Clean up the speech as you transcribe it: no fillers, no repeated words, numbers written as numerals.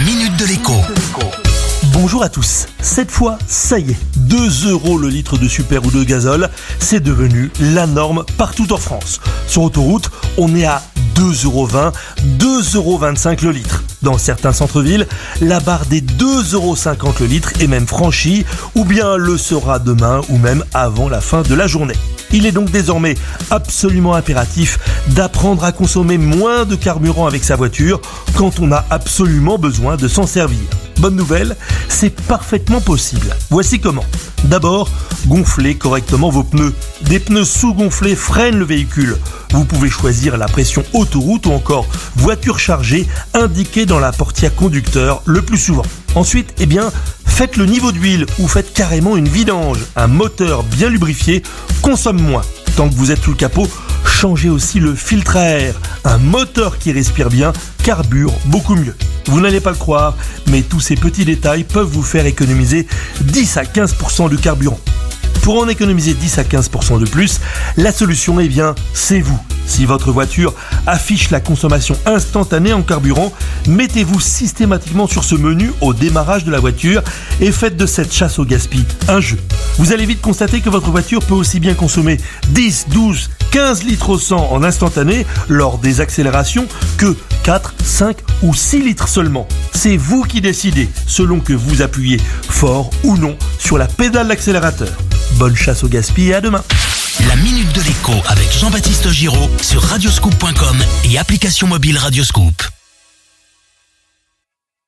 minute de l'écho. Bonjour à tous. Cette fois, ça y est, 2 € le litre de super ou de gazole, c'est devenu la norme partout en France. Sur autoroute, on est à 2,20 €, 2,25 € le litre. Dans certains centres-villes, la barre des 2,50 € le litre est même franchie, ou bien le sera demain, ou même avant la fin de la journée. Il est donc désormais absolument impératif d'apprendre à consommer moins de carburant avec sa voiture quand on a absolument besoin de s'en servir. Bonne nouvelle, c'est parfaitement possible. Voici comment. D'abord, gonflez correctement vos pneus. Des pneus sous-gonflés freinent le véhicule. Vous pouvez choisir la pression autoroute ou encore voiture chargée indiquée dans la portière conducteur le plus souvent. Ensuite, faites le niveau d'huile ou faites carrément une vidange. Un moteur bien lubrifié consomme moins. Tant que vous êtes sous le capot, changez aussi le filtre à air. Un moteur qui respire bien carbure beaucoup mieux. Vous n'allez pas le croire, mais tous ces petits détails peuvent vous faire économiser 10 à 15% de carburant. Pour en économiser 10 à 15% de plus, la solution, c'est vous. Si votre voiture affiche la consommation instantanée en carburant, mettez-vous systématiquement sur ce menu au démarrage de la voiture et faites de cette chasse au gaspillage un jeu. Vous allez vite constater que votre voiture peut aussi bien consommer 10, 12, 15 litres au 100 en instantané lors des accélérations que 4, 5 ou 6 litres seulement. C'est vous qui décidez, selon que vous appuyez fort ou non sur la pédale d'accélérateur. Bonne chasse au gaspillage et à demain. La minute de l'écho avec Jean-Baptiste Giraud sur radioscoop.com et application mobile Radioscoop.